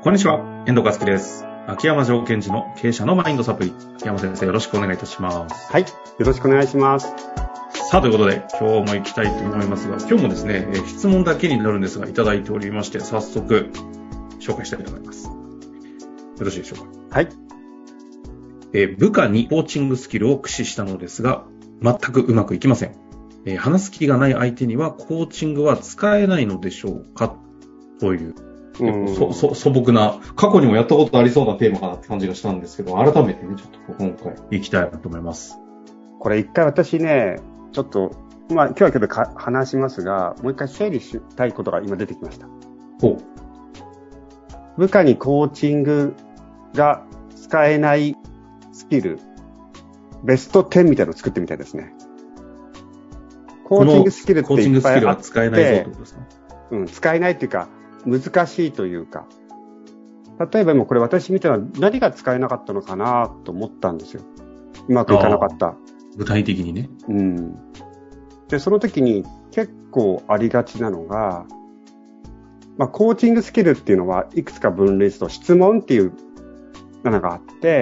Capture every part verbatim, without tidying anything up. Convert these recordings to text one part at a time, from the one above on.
こんにちは、遠藤和樹です。秋山条件時の経営者のマインドサプリ。秋山先生、よろしくお願いいたします。 はい、よろしくお願いします。 さあ、ということで、今日も行きたいと思いますが、今日もですね、え質問だけになるんですが、いただいておりまして、早速、紹介したいと思います。よろしいでしょうか。 はい。 えー、部下にコーチングスキルを駆使したのですが、全くうまくいきません。えー、話す気がない相手には、コーチングは使えないのでしょうかという、そそ素朴な、過去にもやったことありそうなテーマかなって感じがしたんですけど、改めてね、ちょっと今回行きたいなと思います。 これ一回私ね、ちょっと、まあ今日は今日でか話しますが、もう一回整理したいことが今出てきました。 ほう。 部下にコーチングが使えないスキル、ベストじゅうみたいなのを作ってみたいですね。コーチングスキルっていっぱいあって、コーチングスキルは使えないぞってことですか？ うん、使えないっていうか、難しいというか、例えば今これ私見たら何が使えなかったのかなと思ったんですよ。うまくいかなかった。 具体的にね。 うん。で、その時に結構ありがちなのが、まあ、コーチングスキルっていうのはいくつか分類すると質問っていうのがあって、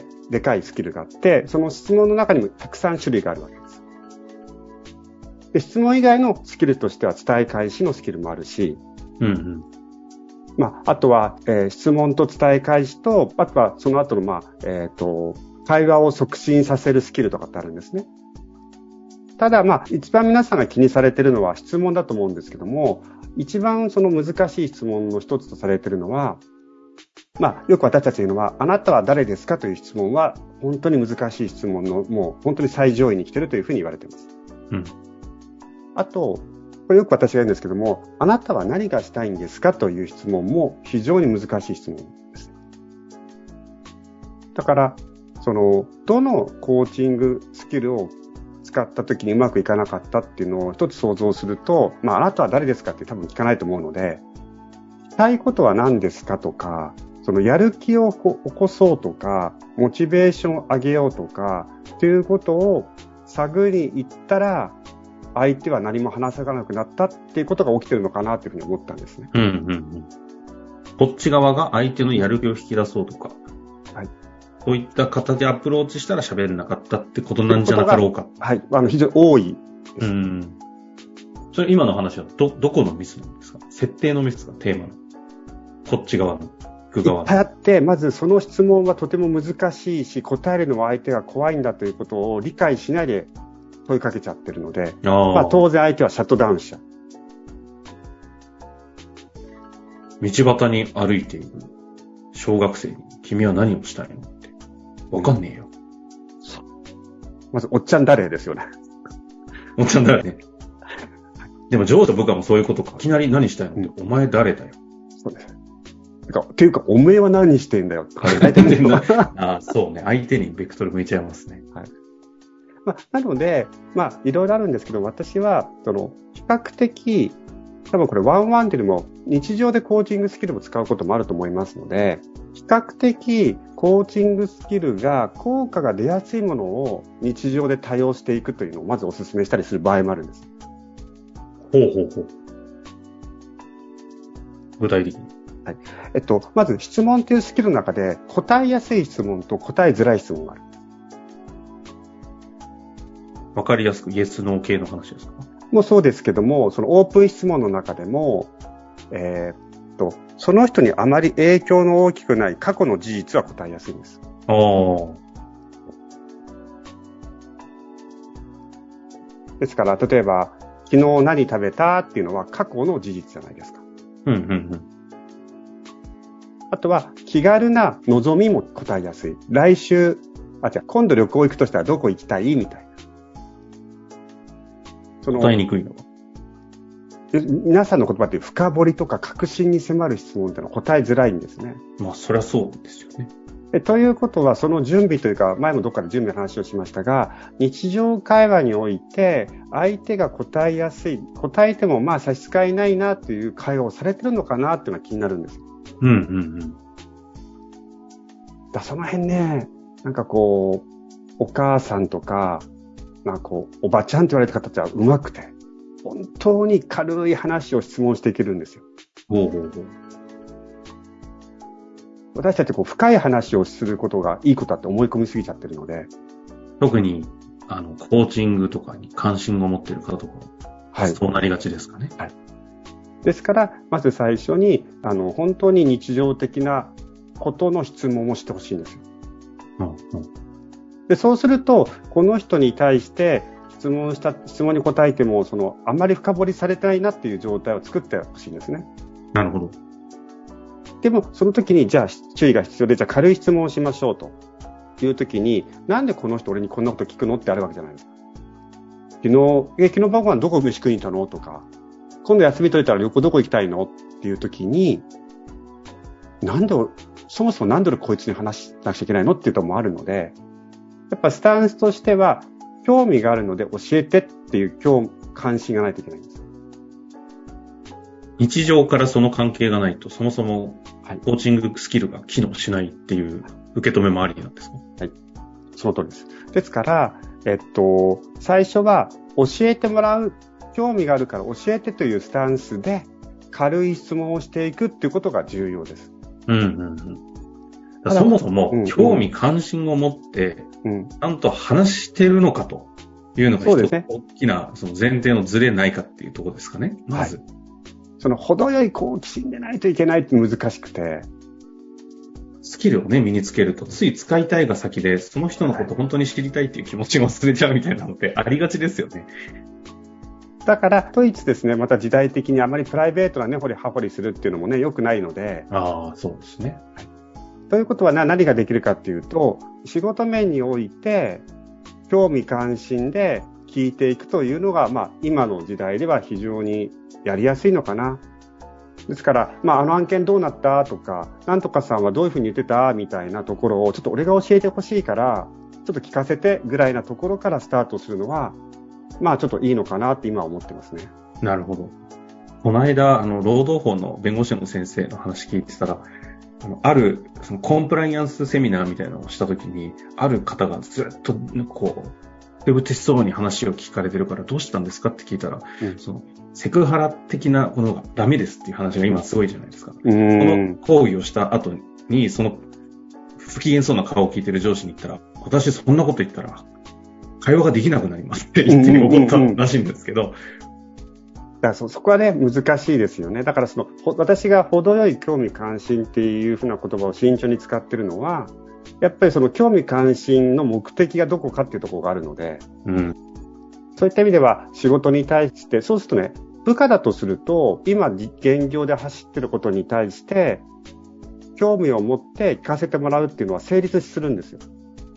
でかいスキルがあって、その質問の中にもたくさん種類があるわけです。で、質問以外のスキルとしては伝え返しのスキルもあるし、 うんうん。 まあ、あとは、えー、質問と伝え返しと、あとはその後の、まあ、えっと、会話を促進させるスキルとかってあるんですね。ただ、まあ、一番皆さんが気にされているのは質問だと思うんですけども、一番その難しい質問の一つとされているのは、まあ、よく私たち言うのは、あなたは誰ですかという質問は、本当に難しい質問の、もう本当に最上位に来ているというふうに言われています。 うん。 あと、これよく私が言うんですけども、あなたは何がしたいんですかという質問も非常に難しい質問です。だから、その、どのコーチングスキルを使った時にうまくいかなかったっていうのを一つ想像すると、まあ、あなたは誰ですかって多分聞かないと思うので、したいことは何ですかとか、そのやる気を起こそうとか、モチベーションを上げようとか、っていうことを探りに行ったら、相手は何も話さなくなったっていうことが起きてるのかなっていうふうに思ったんですね。 うんうんうん。こっち側が相手のやる気を引き出そうとか、はい、そういった形でアプローチしたら喋れなかったってことなんじゃなかろうか。 はい、あの非常に多いです。 うん。それ今の話はどどこのミスなんですか？設定のミスがテーマの。こっち側の。 いっぱいあって、まずその質問はとても難しいし、答えるのは相手が怖いんだということを理解しないで問いかけちゃってるので、あまあ、当然相手はシャットダウンしちゃう。 道端に歩いている小学生に君は何をしたいのってわかんねえよ、 うん、まずおっちゃん誰ですよね。 おっちゃん誰ね。でも上司と部下もそういうことか。いきなり何したいのって、うん、お前誰だよ。そうです。 っていうか、おめえは何してんだよって大体ね。 あ、そうね。相手にベクトル向いちゃいますね。 はい。まあ、なので、まあ、いろいろあるんですけど、私は、その、比較的、多分これワンワンというよりも、日常でコーチングスキルを使うこともあると思いますので、比較的、コーチングスキルが効果が出やすいものを日常で多用していくというのをまずお勧めしたりする場合もあるんです。 ほうほうほう。具体的に。 はい。えっと、まず質問というスキルの中で答えやすい質問と答えづらい質問がある。 わかりやすくイエスノー系の話ですか？ もうそうですけども、そのオープン質問の中でも、えー、っと、その人にあまり影響の大きくない過去の事実は答えやすいんです。 ああ。 ですから、例えば、昨日何食べたっていうのは過去の事実じゃないですか。 うんうんうん。 あとは、気軽な望みも答えやすい。来週、あ、違う、今度旅行行くとしたらどこ行きたいみたいな。 その答えにくいのは皆さんの言葉って深掘りとか確信に迫る質問ってのは答えづらいんですね。 まあ、そりゃそうですよね。 えということは、その準備というか、前もどっかで準備の話をしましたが、日常会話において、相手が答えやすい、答えてもまあ差し支えないなという会話をされてるのかなっていうのが気になるんです。 うんうんうん。 だその辺ね、なんかこう、お母さんとか、まあこう、おばちゃんと言われた方たちは上手くて、本当に軽い話を質問していけるんですよ。 ほうほうほう。 私たちこう深い話をすることがいいことだって思い込みすぎちゃってるので。 特に、あの、コーチングとかに関心を持っている方とか、はい。そうなりがちですかね。はい。 ですから、まず最初に、あの、本当に日常的なことの質問をしてほしいんですよ。うんうん、で、そうすると、この人に対して質問した、質問に答えても、その、あんまり深掘りされてないなっていう状態を作ってほしいんですね。 なるほど。 でも、その時に、じゃあ、注意が必要で、じゃあ軽い質問をしましょうという時に、なんでこの人俺にこんなこと聞くのってあるわけじゃないですか。昨日、え、昨日晩ご飯どこ飯食いに行ったのとか、今度休み取れたら旅行どこ行きたいのっていう時に、なんで、そもそもなんで俺こいつに話しなくちゃいけないのっていうともあるので、やっぱスタンスとしては、興味があるので教えてっていう興関心がないといけないんです。 日常からその関係がないと、そもそもコーチングスキルが機能しないっていう受け止めもありなんですか？ はい。その通りです。ですから、えっと、最初は教えてもらう、興味があるから教えてというスタンスで軽い質問をしていくっていうことが重要です。 うんうんうん。そもそも興味関心を持って、うん、ちゃんと話してるのかというのが一つ大きなその前提のズレないかっていうところですかね。まず。はい、 その程よい好奇心でないといけないって難しくて。 スキルをね、身につけると、つい使いたいが先で、その人のこと本当に知りたいっていう気持ちも忘れちゃうみたいなのってありがちですよね。 だから、といつですね、また時代的にあまりプライベートな根掘り葉掘りするっていうのもね、良くないので。 ああ、そうですね。はい、 ということは何ができるかっていうと、仕事面において、興味関心で聞いていくというのが、まあ、今の時代では非常にやりやすいのかな。ですから、まあ、あの案件どうなったとか、なんとかさんはどういうふうに言ってたみたいなところを、ちょっと俺が教えてほしいから、ちょっと聞かせてぐらいなところからスタートするのは、まあ、ちょっといいのかなって今は思ってますね。 なるほど。この間、あの、労働法の弁護士の先生の話聞いてたら、あの、ある、そのコンプライアンスセミナーみたいなのをしたときに、ある方がずっと、こう、ふてぶてしそうに話を聞かれてるからどうしたんですかって聞いたら、うん、そのセクハラ的なものがダメですっていう話が今すごいじゃないですか。うん、この行為をした後に、その不機嫌そうな顔を聞いてる上司に言ったら、私そんなこと言ったら会話ができなくなりますって言って怒ったらしいんですけど、うんうんうん、 だからそ、そこはね、難しいですよね。だからその、私が程よい興味関心っていうふうな言葉を慎重に使ってるのは、やっぱりその興味関心の目的がどこかっていうところがあるので、うん、そういった意味では仕事に対して、そうするとね、部下だとすると、今現業で走ってることに対して、興味を持って聞かせてもらうっていうのは成立するんですよ。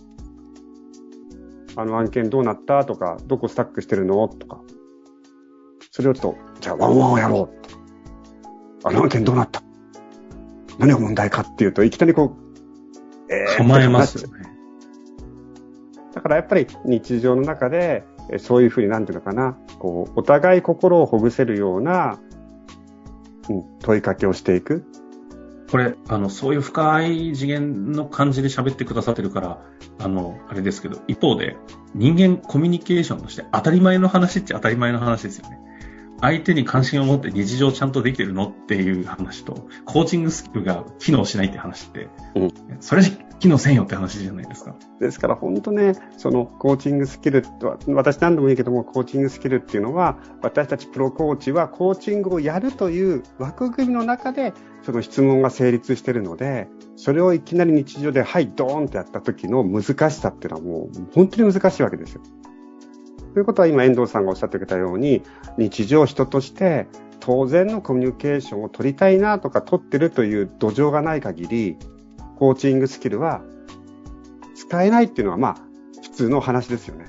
あの案件どうなったとか、どこスタックしてるのとか。それをちょっと、じゃあワンワンをやろうと。あの案件どうなった何が問題かっていうと、いきなりこう、 えー、構えますよね。 だからやっぱり日常の中で、そういうふうになんていうのかな、こう、お互い心をほぐせるような、うん、問いかけをしていく。 これ、あの、そういう深い次元の感じで喋ってくださってるから、あの、あれですけど、一方で、人間コミュニケーションとして当たり前の話っちゃ当たり前の話ですよね。相手に関心を持って日常ちゃんとできてるのっていう話と、コーチングスキルが機能しないって話って、うん、それ機能せんよって話じゃないですか。 ですから本当ね、そのコーチングスキルとは、私何度も言うけども、コーチングスキルっていうのは、私たちプロコーチはコーチングをやるという枠組みの中で、その質問が成立しているので、それをいきなり日常で、はい、ドーンってやった時の難しさっていうのはもう本当に難しいわけですよ。ということは今遠藤さんがおっしゃってくれたように、日常人として当然のコミュニケーションを取りたいなとか取ってるという土壌がない限り、コーチングスキルは使えないっていうのはまあ普通の話ですよね。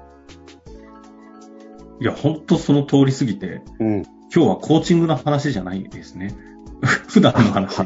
いや、本当その通り過ぎて、うん、今日はコーチングの話じゃないですね。普段の話。はい。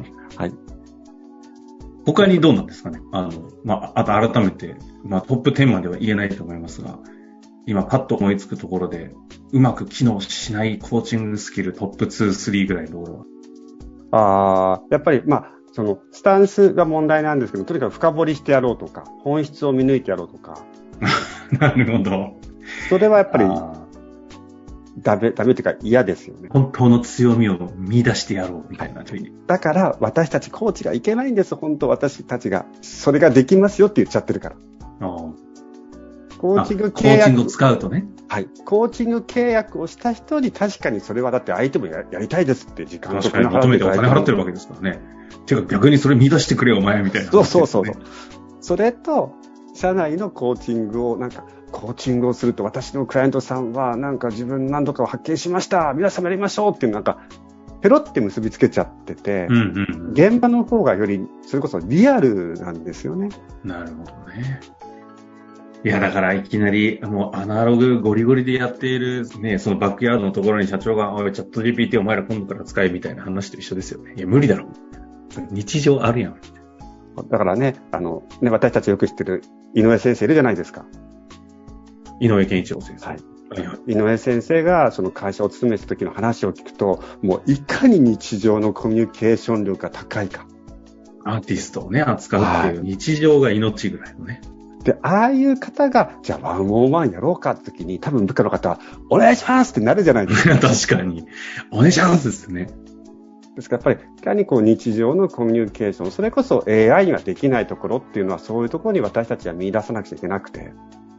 他にどうなんですかね。あの、まあ、あと改めて、まあトップじゅうまでは言えないと思いますが、今パッと思いつくところで、うまく機能しないコーチングスキルトップに、さんぐらいのところは。ああ、やっぱりまあ、そのスタンスが問題なんですけど、とにかく深掘りしてやろうとか、本質を見抜いてやろうとか。 なるほど。 それはやっぱりダメ、ダメというか嫌ですよね。 本当の強みを見出してやろうみたいな時に。 だから私たちコーチがいけないんです、本当私たちが。それができますよって言っちゃってるから。 あコーチング契約。 コーチングを使うとね。 はい。コーチング契約をした人に確かにそれはだって相手も や, やりたいですって時間確かに求めてお金払ってるわけですからね。てか逆にそれ見出してくれよお前みたいな、ね。 そうそうそうそう。それと、社内のコーチングをなんか、コーチングをすると私のクライアントさんはなんか自分何度かを発見しました。皆様やりましょうっていうなんか、ペロって結びつけちゃってて、うんうん、現場の方がよりそれこそリアルなんですよね。 なるほどね。いや、だからいきなり、もうアナログゴリゴリでやっているね、そのバックヤードのところに社長が、おい、チャット ジーピーティー お前ら今度から使えみたいな話と一緒ですよね。いや、無理だろ。日常あるやん。 だからね、あの、ね、私たちよく知ってる井上先生いるじゃないですか。 井上健一郎先生。 はい。井上先生がその会社を務めた時の話を聞くと、もういかに日常のコミュニケーション力が高いか。 アーティストをね、扱うっていう日常が命ぐらいのね。 で、ああいう方が、じゃあワンオンワンやろうかって時に、多分部下の方は、お願いしますってなるじゃないですか。 確かに。お願いしますですね。 ですからやっぱり、いかにこう日常のコミュニケーション、それこそ エーアイ にはできないところっていうのは、そういうところに私たちは見出さなくちゃいけなくて。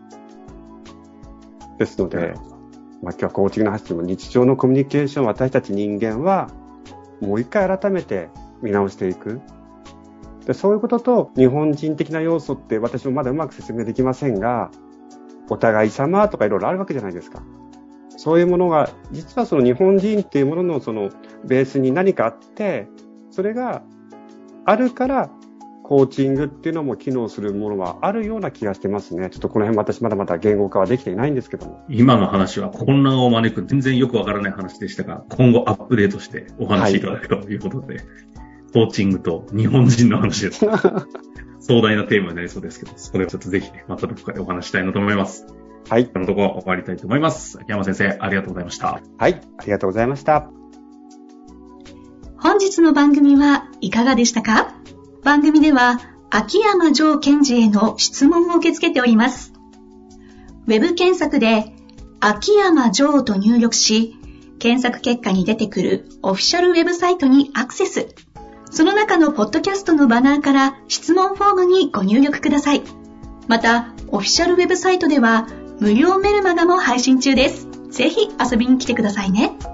ですので、まあ今日はコーチングの話でも日常のコミュニケーションを私たち人間は、もう一回改めて見直していく。でそういうことと日本人的な要素って私もまだうまく説明できませんが、お互い様とかいろいろあるわけじゃないですか。そういうものが、実はその日本人っていうもののそのベースに何かあって、それがあるからコーチングっていうのも機能するものはあるような気がしてますね。ちょっとこの辺私まだまだ言語化はできていないんですけども。 今の話は混乱を招く全然よくわからない話でしたが、今後アップデートしてお話しいただくということで。はい、コーチングと日本人の話です。壮大なテーマになりそうですけど、それをちょっとぜひね、またどこかでお話したいなと思います。はい。このところ終わりたいと思います。秋山先生、ありがとうございました。 はい、ありがとうございました。 本日の番組はいかがでしたか？番組では、秋山城賢治への質問を受け付けております。ウェブ検索で、秋山城と入力し、検索結果に出てくるオフィシャルウェブサイトにアクセス。その中のポッドキャストのバナーから質問フォームにご入力ください。また、オフィシャルウェブサイトでは無料メルマガも配信中です。ぜひ遊びに来てくださいね。